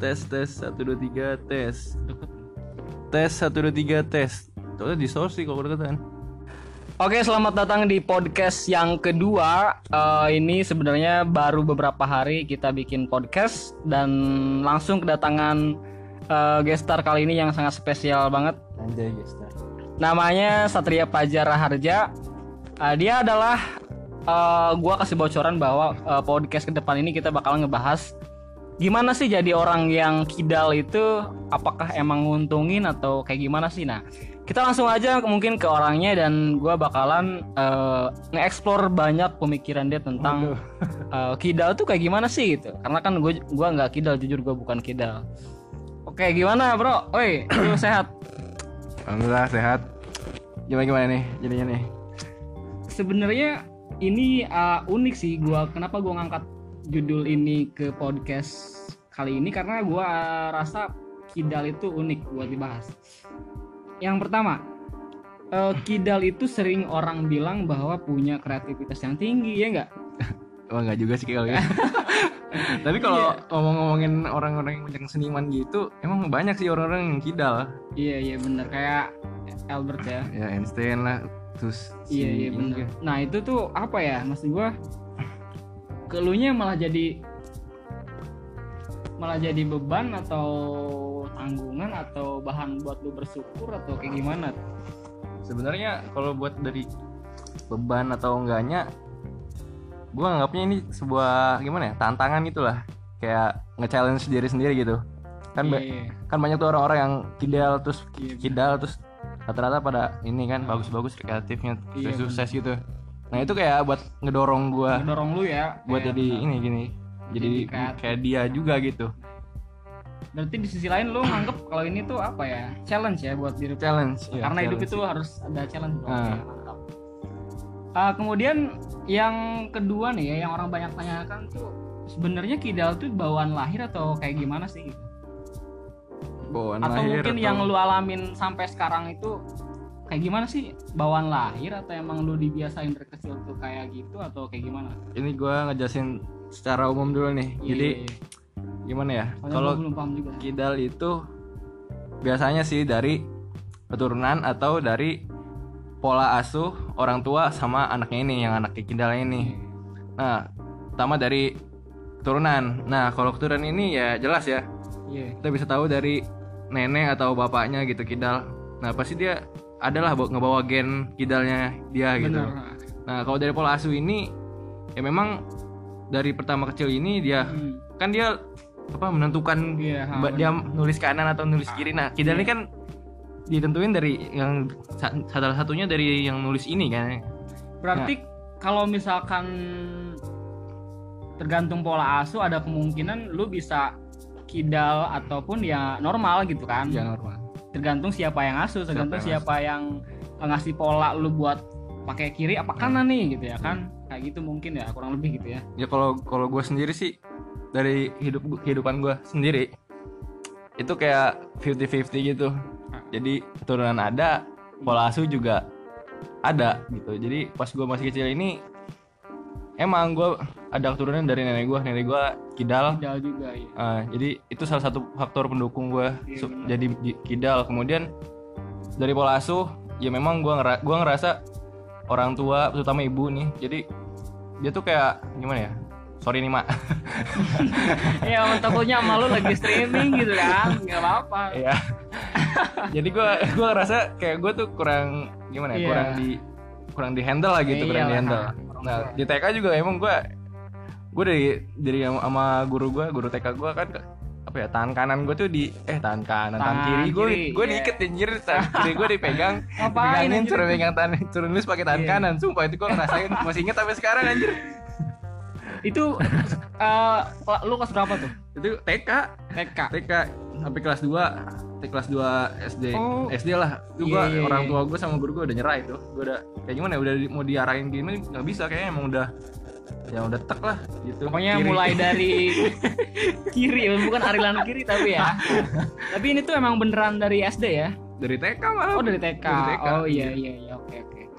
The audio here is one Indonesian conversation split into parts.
tes 1 2 3 tes. Tes 1 2 3 tes. Soalnya di source sih kalau deketan. Oke, selamat datang di podcast yang kedua. Ini sebenarnya baru beberapa hari kita bikin podcast dan langsung kedatangan gestar kali ini yang sangat spesial banget. Anjay gestar. Namanya Satria Fajar Raharja. Dia adalah gua kasih bocoran bahwa podcast ke depan ini kita bakal ngebahas gimana sih jadi orang yang kidal itu, apakah emang nguntungin atau kayak gimana sih. Nah, kita langsung aja mungkin ke orangnya dan gue bakalan nge-explore banyak pemikiran dia tentang kidal tuh kayak gimana sih gitu. Karena kan gue nggak kidal, jujur gue bukan kidal. Oke, gimana bro? Oi, lu sehat? Alhamdulillah sehat. Gimana nih jadinya nih? Sebenarnya ini unik sih kenapa gue ngangkat judul ini ke podcast kali ini, karena gue rasa kidal itu unik buat dibahas. Yang pertama, kidal itu sering orang bilang bahwa punya kreativitas yang tinggi, ya nggak? Wah nggak juga sih kalau gitu. Tapi kalau ngomong-ngomongin orang-orang yang seniman gitu, emang banyak sih orang-orang yang kidal. Iya benar, kayak Albert ya. Ya Einstein lah, terus. Iya benar. Nah itu tuh apa ya, maksud gue, keluhnya malah jadi beban atau tanggungan atau bahan buat lu bersyukur atau kayak gimana? Sebenarnya kalau buat dari beban atau enggaknya, gue anggapnya ini sebuah gimana ya, tantangan gitulah, kayak nge-challenge diri sendiri gitu kan. Kan banyak tuh orang-orang yang kidal terus terus rata-rata pada ini kan bagus-bagus kreatifnya, sukses gitu. Nah itu kayak buat ngedorong lu ya buat jadi ini gini, jadi kayak dia juga gitu. Berarti di sisi lain lu nganggep kalau ini tuh apa ya, challenge ya buat diri. Challenge ya, karena hidup itu harus ada challenge bro. Mantap. Kemudian yang kedua nih ya, yang orang banyak tanyakan tuh, sebenarnya kidal tuh bawaan lahir atau kayak gimana sih gitu? Bawaan atau lahir mungkin yang lu alamin sampai sekarang itu kayak gimana sih, bawaan lahir atau emang lu dibiasain dari kecil tuh kayak gitu atau kayak gimana? Ini gue ngejelasin secara umum dulu nih. Jadi gimana ya, kalau kidal itu biasanya sih dari keturunan atau dari pola asuh orang tua sama anaknya ini, yang anaknya kidal ini. Nah, pertama dari keturunan. Nah, kalau keturunan ini ya jelas ya, kita bisa tahu dari nenek atau bapaknya gitu kidal. Nah, pasti dia adalah ngebawa gen kidalnya dia gitu. Nah, kalau dari pola asuh ini ya memang dari pertama kecil ini dia kan dia menentukan dia nulis kanan atau nulis kiri. Nah, kidal ini kan ditentuin dari yang salah satunya dari yang nulis ini kan. Berarti kalau misalkan tergantung pola asuh, ada kemungkinan lu bisa kidal ataupun ya normal gitu kan. Ya normal. Tergantung siapa yang asuh, tergantung siapa yang ngasih pola lu buat pakai kiri apa kanan nih gitu ya kan. Kayak gitu mungkin ya, kurang lebih gitu ya. Ya kalau gue sendiri sih, dari kehidupan gue sendiri itu kayak 50-50 gitu. Jadi keturunan ada, pola asuh juga ada gitu. Jadi pas gue masih kecil ini emang gue ada keturunan dari nenek gue kidal juga ya. Jadi itu salah satu faktor pendukung gue jadi kidal. Kemudian dari pola asuh ya memang gue ngerasa orang tua, terutama ibu nih, jadi dia tuh kayak gimana ya, sorry nih mak. Ya takutnya sama lu lagi streaming gitu kan, nggak apa-apa. Iya. Jadi gue ngerasa kayak gue tuh kurang gimana ya, kurang di handle lah gitu, kurang di handle. Nah di TK juga emang gue dari sama guru TK gue kan apa ya, tangan kanan gue tuh tangan kiri gue diikat anjir, tangan kiri gue dipegang, dipegangin suruh nulis pakai tangan kanan. Sumpah itu gue ngerasain, masih inget sampai sekarang anjir. Itu lu kelas berapa tuh? Itu TK sampai kelas 2 SD lah. Itu gue orang tua gue sama guru gue udah nyerah itu. Gue udah kayak gimana ya, udah mau diarahin gini nggak bisa, kayaknya emang udah tek lah gitu. Pokoknya kiri. Mulai dari kiri, bukan arilan kiri tapi ya. Tapi ini tuh emang beneran dari SD ya? Dari TK malah. Oh dari TK. Oh iya oke.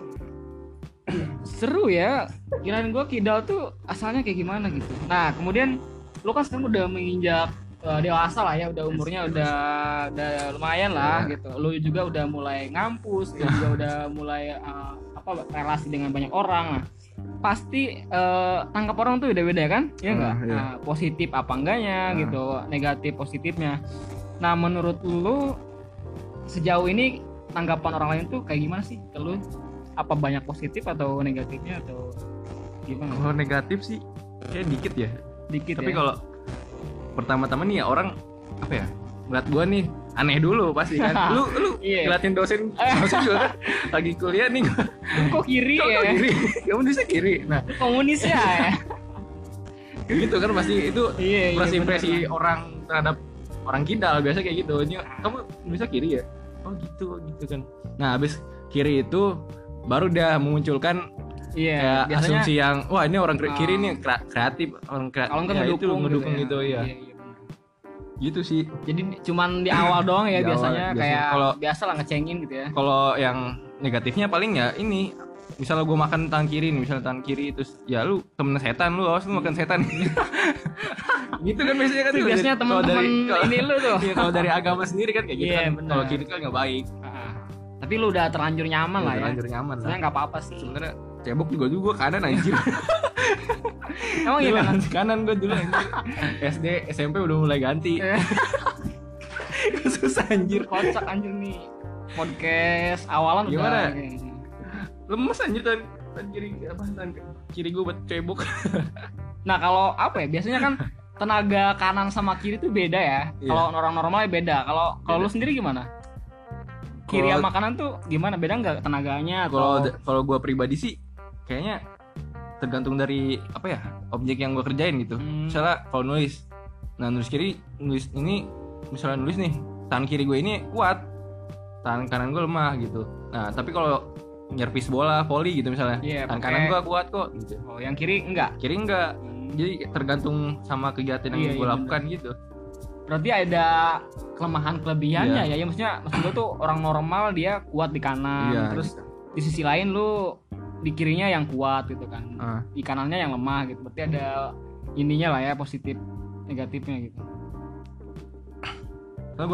Seru ya. Kirain gue kidal tuh asalnya kayak gimana gitu. Nah kemudian lu kan sekarang udah menginjak dewasa lah ya, udah umurnya udah lumayan lah gitu. Lu juga udah mulai ngampus, lu juga udah mulai relasi dengan banyak orang. Nah, pasti tangkap orang tuh beda-beda kan? Ya enggak? Nah, positif apa enggaknya gitu, negatif positifnya. Nah, menurut lu sejauh ini tanggapan orang lain tuh kayak gimana sih ke lu? Apa banyak positif atau negatifnya atau gimana? Kalau negatif sih kayak dikit ya. Dikit. Tapi ya? kalau pertama-tama nih ya orang apa ya? Ngeliat gua nih aneh dulu pasti kan. Lu ngeliatin dosen juga kan lagi kuliah nih. Kok kiri ya? Kok kiri? Kamu bisa kiri. Nah, komunis ya. Gitu kan pasti itu impresi orang terhadap orang kidal biasa kayak gitu. Kamu bisa kiri ya? Oh gitu kan. Nah, habis kiri itu baru dia memunculkan kayak asumsi yang wah ini orang kiri nih kreatif, orang kreatif. Kalau kan ngedukung gitu ya. Gitu sih. Jadi cuman di awal doang ya biasanya kayak kalau biasa lah ngecengin gitu ya. Kalau yang negatifnya paling ya ini, misalnya gue makan tangan kiri nih, misalnya tangan kiri terus ya lu temen setan, lu awas lu makan setan. Gitu kan biasanya kan. Biasanya teman-teman ini lu tuh. Iya, kalau dari agama sendiri kan kayak gitu kan. Kalau kiri kan nggak baik. Tapi lu udah terlanjur nyaman lah ya. Terlanjur nyaman. Sebenarnya nggak apa-apa sih. Sebenarnya cebok juga kanan anjir. Emang iya kanan gue dulu anjir. SD, SMP udah mulai ganti. Susah anjir. Kocak anjir nih. Podcast awalan gimana? Udah lemes anjir tan kiri gue buat cebok. Nah, kalau apa ya? Biasanya kan tenaga kanan sama kiri tuh beda ya. Kalau orang normalnya beda. Kalau lu sendiri gimana? Kiri sama kanan tuh gimana? Beda nggak tenaganya? Kalau gue pribadi sih kayaknya tergantung dari apa ya, objek yang gue kerjain gitu. Misalnya kalau nulis ini, misalnya nulis nih, tangan kiri gue ini kuat, tangan kanan gue lemah gitu. Nah tapi kalau nyerpis bola voli gitu misalnya, tangan kanan gue kuat kok gitu. Oh, yang kiri enggak? Kiri enggak. Jadi tergantung sama kegiatan yang gue lakukan gitu. Berarti ada kelemahan kelebihannya ya. Ya maksud gue tuh orang normal dia kuat di kanan, terus di sisi lain lu di kirinya yang kuat gitu kan, di kanannya yang lemah gitu. Berarti ada ininya lah ya, positif negatifnya gitu. Nah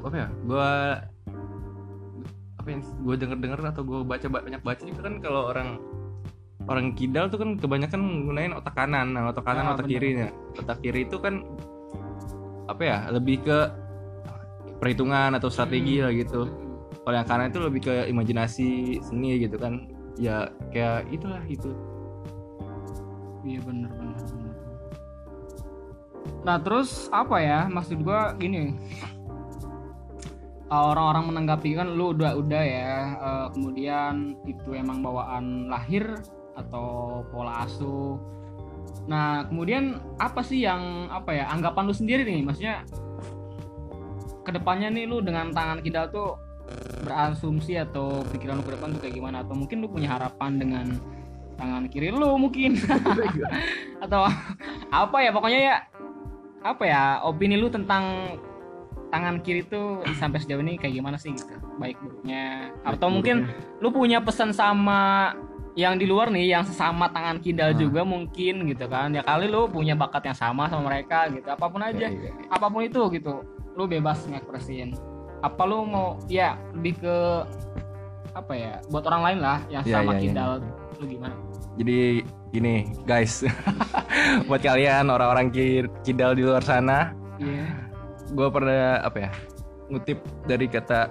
gue denger atau gue banyak baca juga kan, kalau orang kidal tuh kan kebanyakan menggunakan otak kanan. Nah otak kanan otak kirinya, otak kiri itu kan apa ya, lebih ke perhitungan atau strategi lah gitu. Kalau yang kanan itu lebih ke imajinasi, seni gitu kan. Ya kayak itulah itu. Iya benar. Nah terus apa ya, maksud gua gini, orang-orang menanggapi kan lu udah ya, kemudian itu emang bawaan lahir atau pola asuh. Nah kemudian apa sih yang anggapan lu sendiri nih, maksudnya kedepannya nih lu dengan tangan kidal tuh berasumsi atau pikiran lu ke depan tuh kayak gimana, atau mungkin lu punya harapan dengan tangan kiri lu mungkin atau apa ya, pokoknya ya opini lu tentang tangan kiri tuh sampai sejauh ini kayak gimana sih gitu, baik buruknya, atau mungkin lu punya pesan sama yang di luar nih yang sesama tangan kidal juga mungkin gitu kan, ya kali lu punya bakat yang sama mereka gitu, apapun aja, apapun itu gitu, lu bebas ngekspresiin apa lu mau, ya lebih ke apa ya, buat orang lain lah yang sama kidal. Lu gimana? Jadi gini guys, buat kalian orang-orang kidal di luar sana, gue pernah ngutip dari kata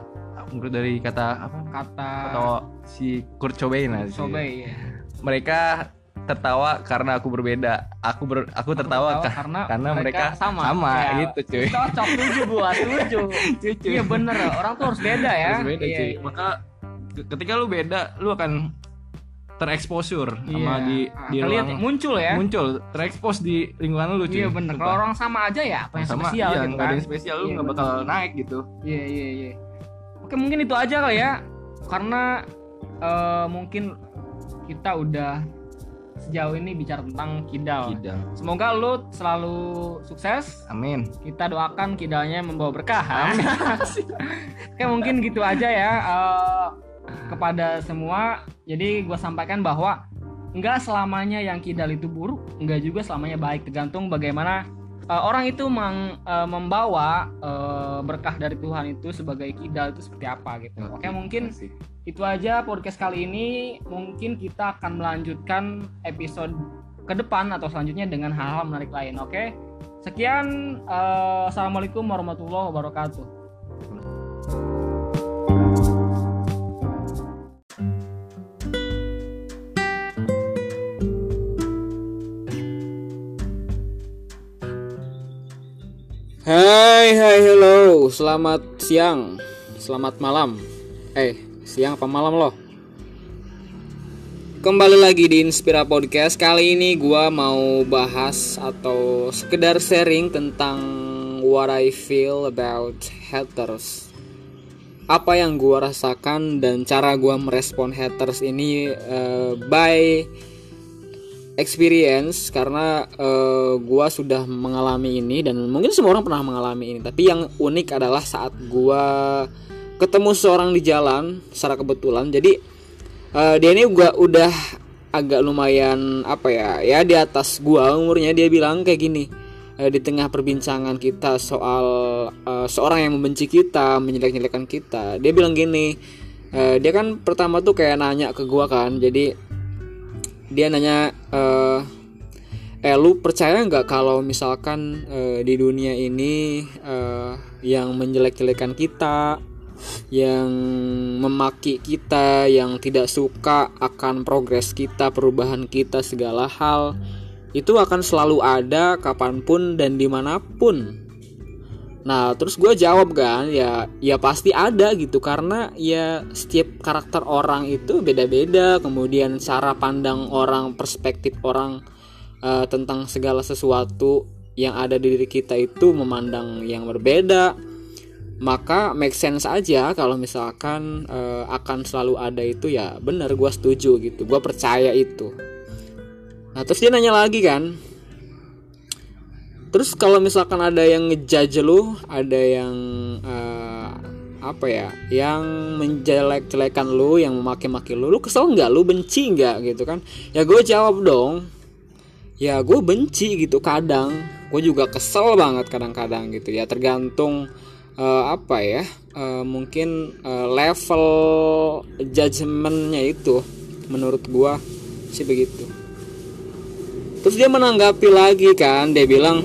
atau si Kurt Cobain lah. Mereka tertawa karena aku berbeda. Aku tertawa karena mereka sama ya, gitu cuy. Cocok, setuju. Iya bener, orang tuh harus beda ya. Harus beda cuy. Maka ketika lu beda, lu akan tereksposur sama di muncul terekspos di lingkungan lu cuy. Iya bener. Kalau orang sama aja ya apa yang spesial gitu kan. Enggak ada yang spesial, lu enggak bakal naik gitu. Iya. Oke, mungkin itu aja kali ya. Karena mungkin kita udah sejauh ini bicara tentang kidal. Semoga lu selalu sukses. Amin. Kita doakan kidalnya membawa berkah. Amin. Oke, mungkin gitu aja ya kepada semua. Jadi gue sampaikan bahwa enggak selamanya yang kidal itu buruk, enggak juga selamanya baik, tergantung bagaimana orang itu membawa berkah dari Tuhan itu sebagai kidal itu seperti apa gitu. Oke, mungkin itu aja podcast kali ini. Mungkin kita akan melanjutkan episode ke depan atau selanjutnya dengan hal-hal menarik lain. Oke, sekian. Assalamualaikum warahmatullahi wabarakatuh. Hai, hello, selamat siang, selamat malam. Siang apa malam loh? Kembali lagi di Inspira Podcast. Kali ini gua mau bahas atau sekedar sharing tentang what I feel about haters. Apa yang gua rasakan dan cara gua merespon haters ini by experience, karena gua sudah mengalami ini dan mungkin semua orang pernah mengalami ini. Tapi yang unik adalah saat gua ketemu seorang di jalan secara kebetulan. Jadi dia ini udah agak lumayan ya di atas gua umurnya. Dia bilang kayak gini di tengah perbincangan kita soal seorang yang membenci kita, menjelek-jelekan kita. Dia bilang gini, dia kan pertama tuh kayak nanya ke gua kan. Jadi dia nanya, lu percaya nggak kalau misalkan di dunia ini yang menjelek-jelekan kita, yang memaki kita, yang tidak suka akan progres kita, perubahan kita, segala hal itu akan selalu ada kapanpun dan dimanapun. Nah terus gue jawab kan, ya pasti ada gitu, karena ya setiap karakter orang itu beda-beda, kemudian cara pandang orang, perspektif orang tentang segala sesuatu yang ada di diri kita itu memandang yang berbeda. Maka make sense aja kalau misalkan akan selalu ada itu. Ya bener, gue setuju gitu, gue percaya itu. Nah terus dia nanya lagi kan, terus kalau misalkan ada yang ngejudge lu, ada yang yang menjelek-jelekan lu, yang memaki-maki lu kesel nggak? Lu benci nggak gitu kan? Ya gue jawab dong, ya gue benci gitu. Kadang gue juga kesel banget kadang-kadang gitu ya, tergantung mungkin level judgementnya itu, menurut gue sih begitu. Terus dia menanggapi lagi kan, dia bilang,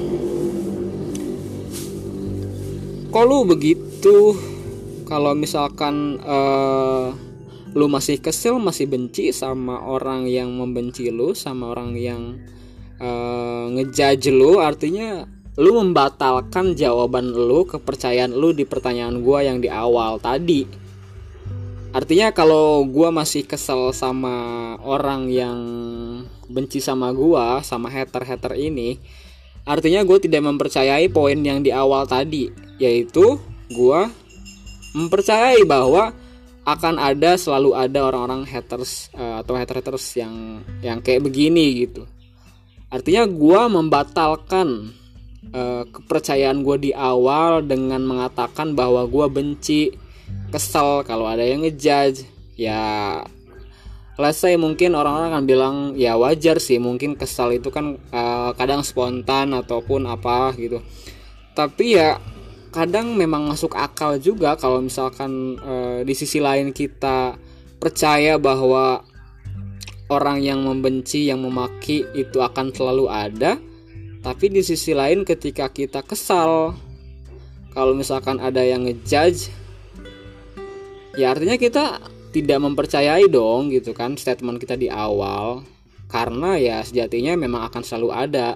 kok lu begitu? Kalau misalkan lu masih kesel, masih benci sama orang yang membenci lu, sama orang yang ngejudge lu, artinya lu membatalkan jawaban lu, kepercayaan lu di pertanyaan gua yang di awal tadi. Artinya kalau gua masih kesel sama orang yang benci sama gua, sama hater-hater ini, artinya gue tidak mempercayai poin yang di awal tadi, yaitu gue mempercayai bahwa akan selalu ada orang-orang haters atau haters yang kayak begini gitu. Artinya gue membatalkan kepercayaan gue di awal dengan mengatakan bahwa gue benci, kesel kalau ada yang ngejudge. Ya let's say mungkin orang-orang akan bilang ya wajar sih, mungkin kesal itu kan kadang spontan ataupun apa gitu. Tapi ya kadang memang masuk akal juga kalau misalkan di sisi lain kita percaya bahwa orang yang membenci, yang memaki itu akan selalu ada. Tapi di sisi lain ketika kita kesal kalau misalkan ada yang ngejudge, ya artinya kita tidak mempercayai dong gitu kan statement kita di awal, karena ya sejatinya memang akan selalu ada.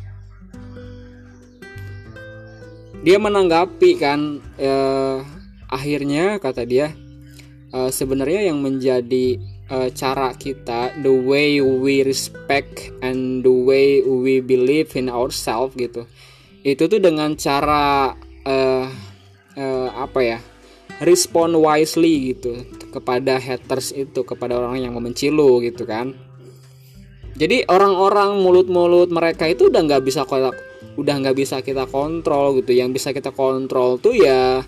Dia menanggapi kan, akhirnya kata dia, sebenarnya yang menjadi cara kita, the way we respect and the way we believe in ourselves gitu, itu tuh dengan cara respond wisely gitu kepada haters itu, kepada orang yang membenci lu gitu kan. Jadi orang-orang mulut-mulut mereka itu udah nggak bisa kita kontrol gitu. Yang bisa kita kontrol tuh ya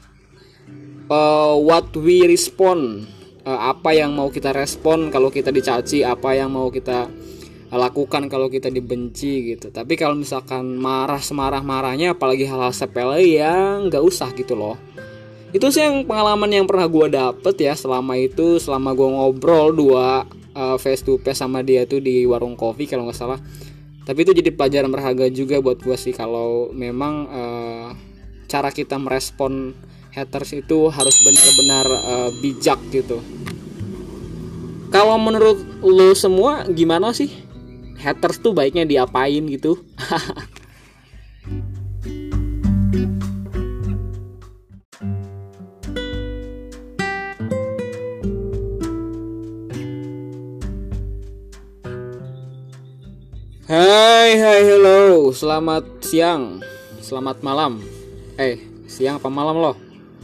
what we respond, apa yang mau kita respon kalau kita dicaci, apa yang mau kita lakukan kalau kita dibenci gitu. Tapi kalau misalkan marah semarah-marahnya, apalagi hal-hal sepele, ya nggak usah gitu loh. Itu sih yang pengalaman yang pernah gue dapet ya selama gue ngobrol face to face sama dia tuh di warung kopi kalau nggak salah. Tapi itu jadi pelajaran berharga juga buat gue sih, kalau memang cara kita merespon haters itu harus benar-benar bijak gitu. Kalau menurut lo semua gimana sih? Haters tuh baiknya diapain gitu? Hai, hello, selamat siang, selamat malam. Siang apa malam lo?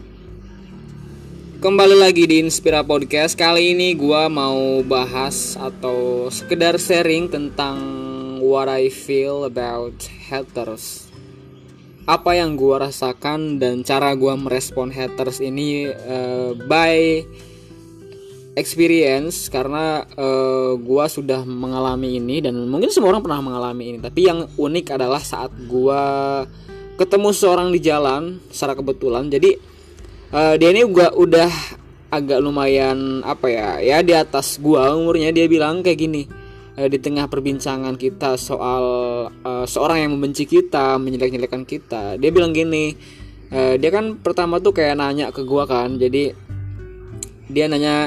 Kembali lagi di Inspira Podcast. Kali ini gue mau bahas atau sekedar sharing tentang what I feel about haters. Apa yang gue rasakan dan cara gue merespon haters ini by experience. Karena gue sudah mengalami ini dan mungkin semua orang pernah mengalami ini. Tapi yang unik adalah saat gue ketemu seorang di jalan secara kebetulan. Jadi dia ini udah agak lumayan ya di atas gua umurnya. Dia bilang kayak gini di tengah perbincangan kita soal seorang yang membenci kita, menjelek-jelekan kita. Dia bilang gini, dia kan pertama tuh kayak nanya ke gua kan. Jadi dia nanya,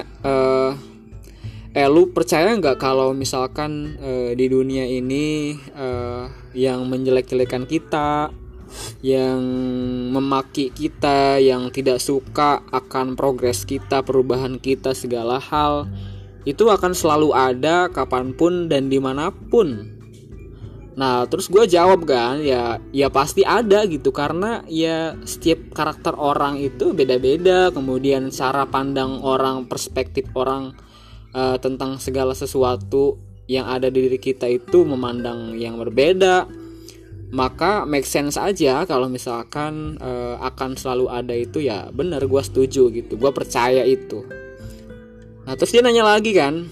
lu percaya nggak kalau misalkan di dunia ini yang menjelek-jelekan kita, yang memaki kita, yang tidak suka akan progres kita, perubahan kita, segala hal itu akan selalu ada kapanpun dan dimanapun. Nah terus gue jawab kan, ya pasti ada gitu, karena ya setiap karakter orang itu beda-beda, kemudian cara pandang orang, perspektif orang tentang segala sesuatu yang ada di diri kita itu memandang yang berbeda. Maka make sense aja kalau misalkan akan selalu ada itu, ya bener, gue setuju gitu, gue percaya itu. Nah terus dia nanya lagi kan,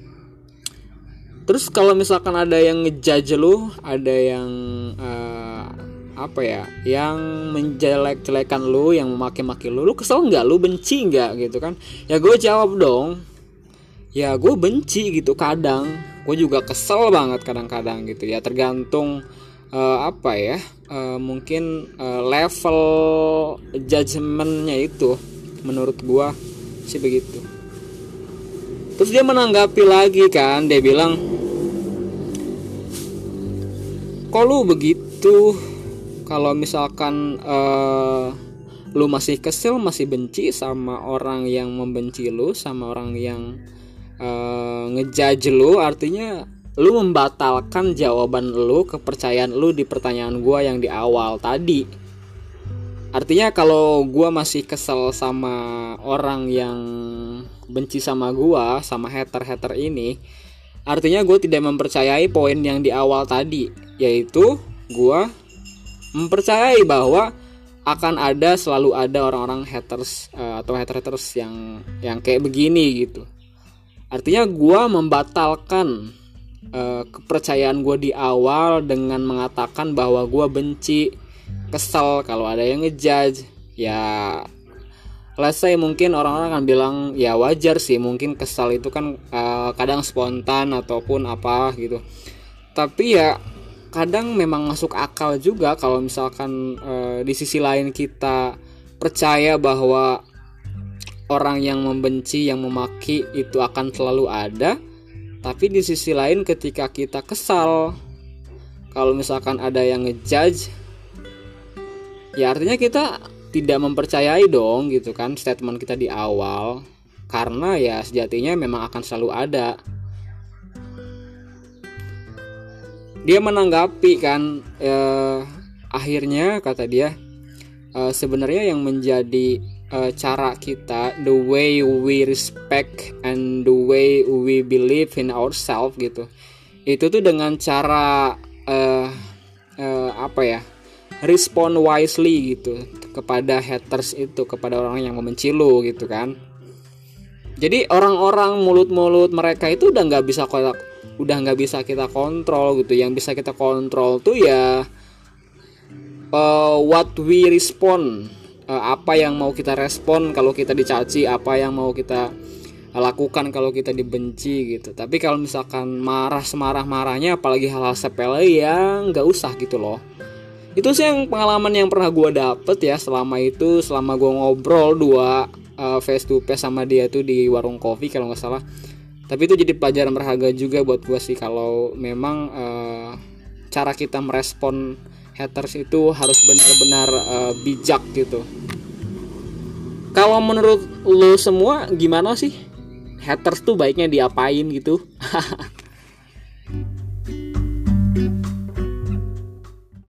terus kalau misalkan ada yang ngejudge lu, ada yang yang menjelek-jelekan lu, yang memaki-maki lu kesel nggak, lu benci nggak gitu kan? Ya gue jawab dong, ya gue benci gitu, kadang gue juga kesel banget kadang-kadang gitu ya, tergantung mungkin level judgementnya itu, menurut gua sih begitu. Terus dia menanggapi lagi kan, dia bilang, kok lu begitu, kalau misalkan lu masih kesel, masih benci sama orang yang membenci lu, sama orang yang ngejudge lu, artinya lu membatalkan jawaban lu, kepercayaan lu di pertanyaan gua yang di awal tadi. Artinya kalau gua masih kesel sama orang yang benci sama gua, sama hater-hater ini, artinya gua tidak mempercayai poin yang di awal tadi, yaitu gua mempercayai bahwa akan selalu ada orang-orang haters atau haters yang kayak begini gitu. Artinya gua membatalkan kepercayaan gue di awal dengan mengatakan bahwa gue benci, kesel kalau ada yang ngejudge. Ya let's say mungkin orang-orang akan bilang ya wajar sih, mungkin kesal itu kan kadang spontan ataupun apa gitu. Tapi ya kadang memang masuk akal juga kalau misalkan di sisi lain kita percaya bahwa orang yang membenci, yang memaki itu akan selalu ada. Tapi di sisi lain ketika kita kesal kalau misalkan ada yang ngejudge, ya artinya kita tidak mempercayai dong gitu kan statement kita di awal, karena ya sejatinya memang akan selalu ada. Dia menanggapi kan, akhirnya kata dia, sebenarnya yang menjadi cara kita, the way we respect and the way we believe in ourselves gitu, itu tuh dengan cara respond wisely gitu kepada haters itu, kepada orang yang membenci lu gitu kan. Jadi orang-orang mulut-mulut mereka itu udah nggak bisa udah nggak bisa kita kontrol gitu. Yang bisa kita kontrol tuh ya what we respond, apa yang mau kita respon kalau kita dicaci, apa yang mau kita lakukan kalau kita dibenci gitu. Tapi kalau misalkan marah semarah-marahnya, apalagi hal-hal sepele, ya nggak usah gitu loh. Itu sih yang pengalaman yang pernah gue dapet ya selama gue ngobrol face to face sama dia tuh di warung kopi kalau nggak salah. Tapi itu jadi pelajaran berharga juga buat gue sih, kalau memang cara kita merespon haters itu harus benar-benar bijak gitu. Kalau menurut lo semua gimana sih? Haters tuh baiknya diapain gitu?